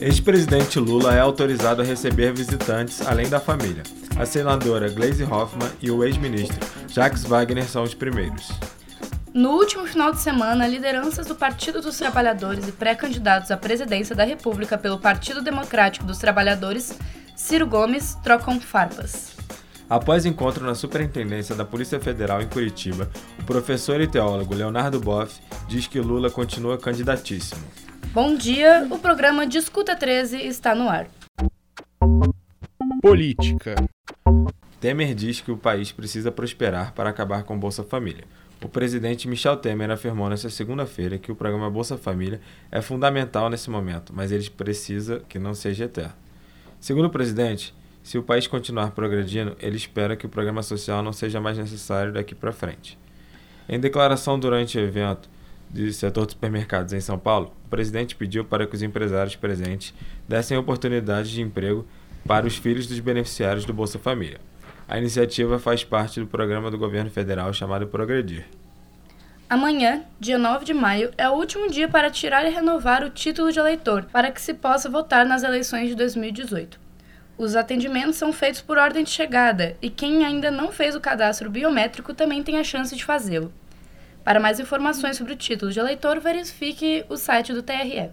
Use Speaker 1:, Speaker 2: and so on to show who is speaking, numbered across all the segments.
Speaker 1: Ex-presidente Lula é autorizado a receber visitantes além da família. A senadora Gleisi Hoffmann e o ex-ministro Jacques Wagner são os primeiros.
Speaker 2: No último final de semana, lideranças do Partido dos Trabalhadores e pré-candidatos à presidência da República pelo Partido Democrático dos Trabalhadores, Ciro Gomes, trocam farpas. Após
Speaker 1: encontro na Superintendência da Polícia Federal em Curitiba, o professor e teólogo Leonardo Boff diz que Lula continua candidatíssimo.
Speaker 2: Bom dia, o programa Discuta 13 está no ar.
Speaker 3: Política.
Speaker 1: Temer diz que o país precisa prosperar para acabar com Bolsa Família. O presidente Michel Temer afirmou nesta segunda-feira que o programa Bolsa Família é fundamental nesse momento, mas ele precisa que não seja eterno. Segundo o presidente, se o país continuar progredindo, ele espera que o programa social não seja mais necessário daqui para frente. Em declaração durante o evento do setor de supermercados em São Paulo, o presidente pediu para que os empresários presentes dessem oportunidades de emprego para os filhos dos beneficiários do Bolsa Família. A iniciativa faz parte do programa do governo federal chamado Progredir.
Speaker 2: Amanhã, dia 9 de maio, é o último dia para tirar e renovar o título de eleitor, para que se possa votar nas eleições de 2018. Os atendimentos são feitos por ordem de chegada e quem ainda não fez o cadastro biométrico também tem a chance de fazê-lo. Para mais informações sobre o título de eleitor, verifique o site do TRE.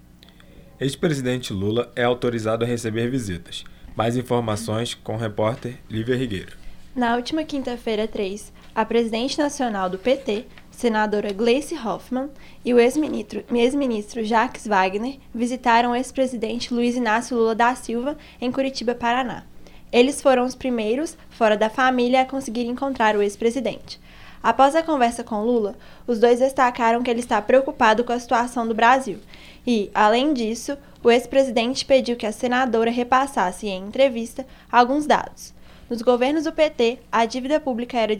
Speaker 1: Ex-presidente Lula é autorizado a receber visitas. Mais informações com o repórter Lívia Rigueiro.
Speaker 4: Na última quinta-feira, 3, a presidente nacional do PT, senadora Gleisi Hoffmann, e o ex-ministro Jacques Wagner visitaram o ex-presidente Luiz Inácio Lula da Silva em Curitiba, Paraná. Eles foram os primeiros, fora da família, a conseguir encontrar o ex-presidente. Após a conversa com Lula, os dois destacaram que ele está preocupado com a situação do Brasil e, além disso, o ex-presidente pediu que a senadora repassasse em entrevista alguns dados. Nos governos do PT, a dívida pública era de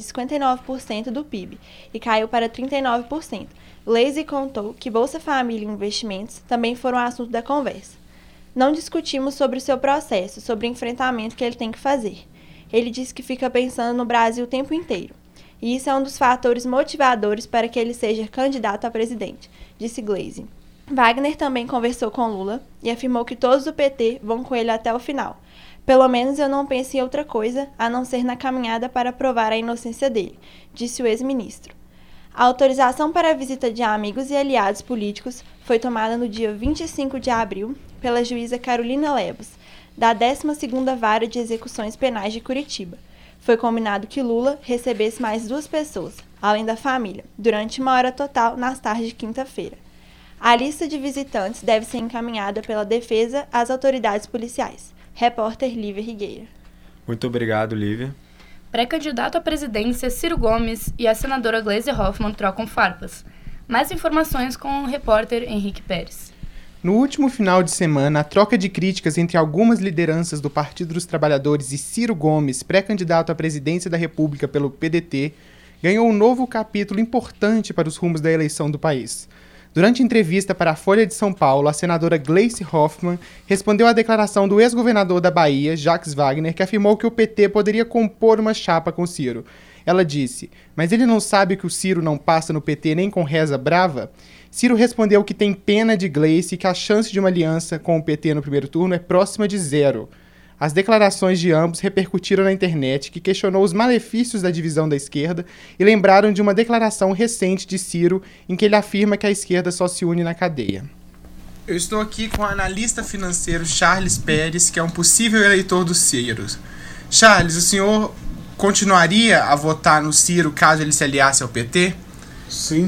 Speaker 4: 59% do PIB e caiu para 39%. Gleisi contou que Bolsa Família e investimentos também foram assunto da conversa. Não discutimos sobre o seu processo, sobre o enfrentamento que ele tem que fazer. Ele disse que fica pensando no Brasil o tempo inteiro. E isso é um dos fatores motivadores para que ele seja candidato a presidente, disse Gleisi. Wagner também conversou com Lula e afirmou que todos do PT vão com ele até o final. Pelo menos eu não penso em outra coisa, a não ser na caminhada para provar a inocência dele, disse o ex-ministro. A autorização para a visita de amigos e aliados políticos foi tomada no dia 25 de abril pela juíza Carolina Lebos, da 12ª Vara de Execuções Penais de Curitiba. Foi combinado que Lula recebesse mais 2 pessoas, além da família, durante 1 hora total nas tardes de quinta-feira. A lista de visitantes deve ser encaminhada pela defesa às autoridades policiais. Repórter Lívia Rigueira.
Speaker 1: Muito obrigado, Lívia.
Speaker 2: Pré-candidato à presidência, Ciro Gomes e a senadora Gleisi Hoffmann trocam farpas. Mais informações com o repórter Henrique Pérez.
Speaker 3: No último final de semana, a troca de críticas entre algumas lideranças do Partido dos Trabalhadores e Ciro Gomes, pré-candidato à presidência da República pelo PDT, ganhou um novo capítulo importante para os rumos da eleição do país. Durante entrevista para a Folha de São Paulo, a senadora Gleisi Hoffmann respondeu à declaração do ex-governador da Bahia, Jacques Wagner, que afirmou que o PT poderia compor uma chapa com Ciro. Ela disse, mas ele não sabe que o Ciro não passa no PT nem com reza brava? Ciro respondeu que tem pena de Gleisi e que a chance de uma aliança com o PT no primeiro turno é próxima de 0. As declarações de ambos repercutiram na internet, que questionou os malefícios da divisão da esquerda e lembraram de uma declaração recente de Ciro em que ele afirma que a esquerda só se une na cadeia.
Speaker 5: Eu estou aqui com o analista financeiro Charles Pérez, que é um possível eleitor do Ciro. Charles, o senhor continuaria a votar no Ciro caso ele se aliasse ao PT?
Speaker 6: Sim.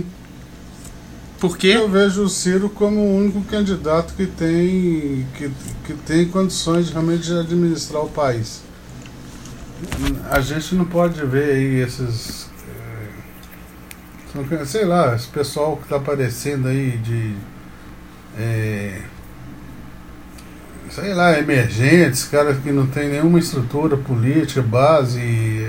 Speaker 5: Por quê?
Speaker 6: Eu vejo o Ciro como o único candidato que tem condições realmente de administrar o país. A gente não pode ver aí esses... sei lá, esse pessoal que está aparecendo aí de... sei lá, emergentes, caras que não tem nenhuma estrutura política, base,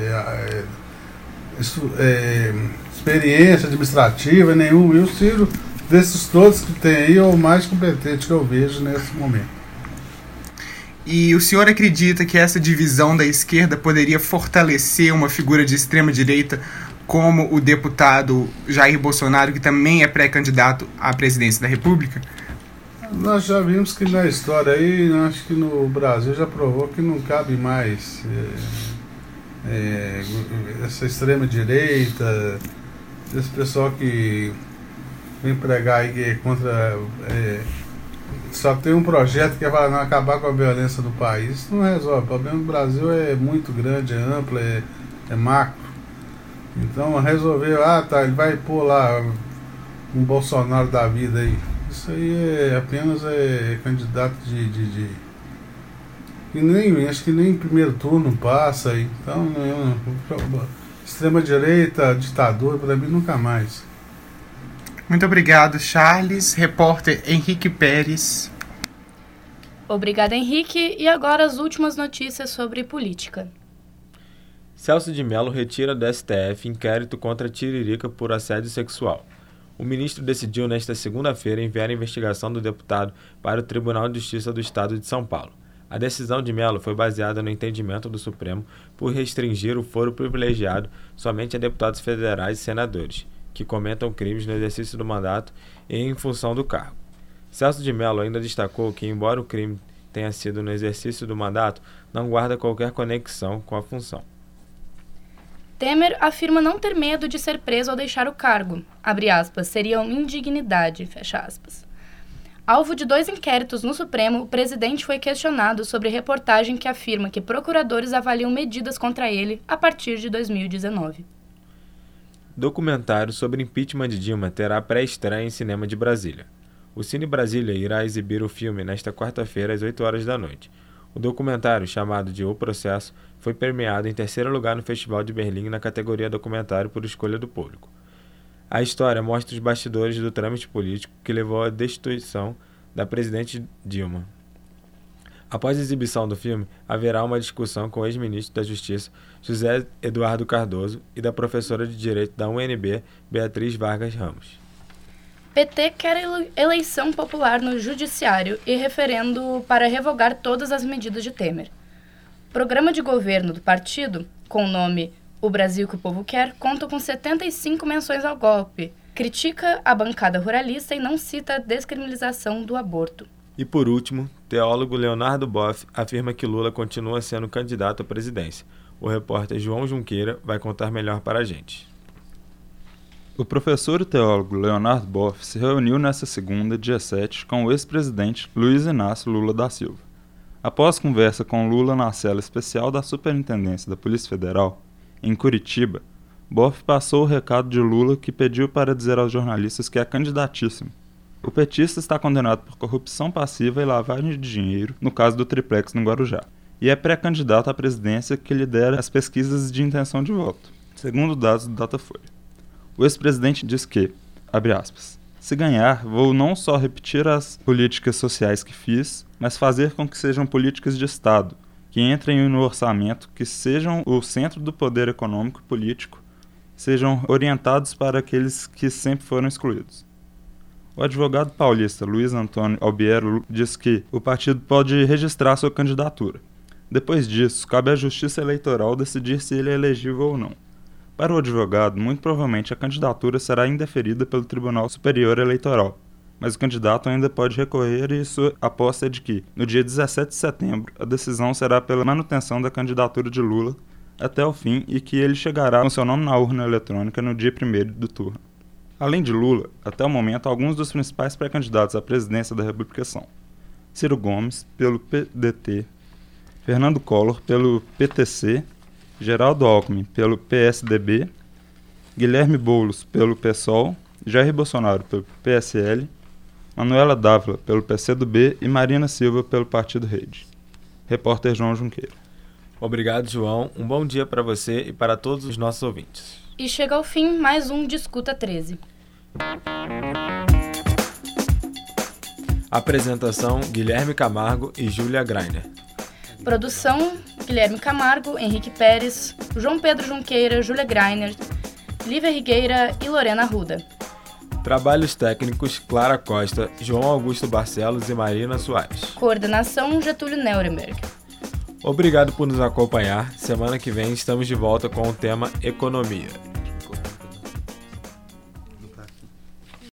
Speaker 6: experiência administrativa nenhuma. E o Ciro, desses todos que tem aí, é o mais competente que eu vejo nesse momento.
Speaker 5: E o senhor acredita que essa divisão da esquerda poderia fortalecer uma figura de extrema-direita como o deputado Jair Bolsonaro, que também é pré-candidato à presidência da República?
Speaker 6: Nós já vimos que na história aí, acho que no Brasil já provou que não cabe mais essa extrema direita, esse pessoal que vem pregar aí que é contra... só tem um projeto que é para não acabar com a violência do país. Isso não resolve. O problema do Brasil é muito grande, é amplo, é macro. Então resolveu, ele vai pôr lá um Bolsonaro da vida aí. Isso aí apenas candidato que acho que nem primeiro turno passa aí. Então, extrema direita, ditador, para mim nunca mais.
Speaker 5: Muito obrigado, Charles. Repórter Henrique Pérez.
Speaker 2: Obrigada, Henrique. E agora as últimas notícias sobre política.
Speaker 1: Celso de Mello retira do STF inquérito contra Tiririca por assédio sexual. O ministro decidiu nesta segunda-feira enviar a investigação do deputado para o Tribunal de Justiça do Estado de São Paulo. A decisão de Mello foi baseada no entendimento do Supremo por restringir o foro privilegiado somente a deputados federais e senadores, que cometam crimes no exercício do mandato e em função do cargo. Celso de Mello ainda destacou que, embora o crime tenha sido no exercício do mandato, não guarda qualquer conexão com a função.
Speaker 2: Temer afirma não ter medo de ser preso ao deixar o cargo. Abre aspas, seria uma indignidade, fecha aspas. Alvo de 2 inquéritos no Supremo, o presidente foi questionado sobre reportagem que afirma que procuradores avaliam medidas contra ele a partir de 2019.
Speaker 1: Documentário sobre impeachment de Dilma terá pré-estreia em cinema de Brasília. O Cine Brasília irá exibir o filme nesta quarta-feira às 8 horas da noite. O documentário, chamado de O Processo, foi premiado em 3º lugar no Festival de Berlim na categoria documentário por escolha do público. A história mostra os bastidores do trâmite político que levou à destituição da presidente Dilma. Após a exibição do filme, haverá uma discussão com o ex-ministro da Justiça, José Eduardo Cardoso, e da professora de Direito da UNB, Beatriz Vargas Ramos.
Speaker 2: PT quer eleição popular no Judiciário e referendo para revogar todas as medidas de Temer. O programa de governo do partido, com o nome O Brasil que o Povo Quer, conta com 75 menções ao golpe, critica a bancada ruralista e não cita a descriminalização do aborto.
Speaker 1: E por último, teólogo Leonardo Boff afirma que Lula continua sendo candidato à presidência. O repórter João Junqueira vai contar melhor para a gente.
Speaker 7: O professor e teólogo Leonardo Boff se reuniu nesta segunda, dia 7, com o ex-presidente Luiz Inácio Lula da Silva. Após conversa com Lula na cela especial da Superintendência da Polícia Federal, em Curitiba, Boff passou o recado de Lula, que pediu para dizer aos jornalistas que é candidatíssimo. O petista está condenado por corrupção passiva e lavagem de dinheiro, no caso do triplex no Guarujá, e é pré-candidato à presidência que lidera as pesquisas de intenção de voto, segundo dados do Datafolha. O ex-presidente diz que, abre aspas, se ganhar, vou não só repetir as políticas sociais que fiz, mas fazer com que sejam políticas de Estado, que entrem no orçamento, que sejam o centro do poder econômico e político, sejam orientados para aqueles que sempre foram excluídos. O advogado paulista Luiz Antônio Albiero diz que o partido pode registrar sua candidatura. Depois disso, cabe à Justiça Eleitoral decidir se ele é elegível ou não. Para o advogado, muito provavelmente a candidatura será indeferida pelo Tribunal Superior Eleitoral, mas o candidato ainda pode recorrer e sua aposta é de que, no dia 17 de setembro, a decisão será pela manutenção da candidatura de Lula até o fim e que ele chegará com seu nome na urna eletrônica no dia 1º do turno. Além de Lula, até o momento, alguns dos principais pré-candidatos à presidência da República são Ciro Gomes, pelo PDT, Fernando Collor, pelo PTC, Geraldo Alckmin, pelo PSDB, Guilherme Boulos, pelo PSOL, Jair Bolsonaro, pelo PSL, Manuela Dávila, pelo PCdoB e Marina Silva, pelo Partido Rede. Repórter João Junqueira.
Speaker 1: Obrigado, João. Um bom dia para você e para todos os nossos ouvintes.
Speaker 2: E chega ao fim mais um Discuta 13.
Speaker 1: Apresentação: Guilherme Camargo e Júlia Greiner.
Speaker 2: Produção: Guilherme Camargo, Henrique Pérez, João Pedro Junqueira, Júlia Greiner, Lívia Rigueira e Lorena Arruda.
Speaker 1: Trabalhos técnicos: Clara Costa, João Augusto Barcelos e Marina Soares.
Speaker 2: Coordenação: Getúlio Neurenberg.
Speaker 1: Obrigado por nos acompanhar. Semana que vem estamos de volta com o tema Economia.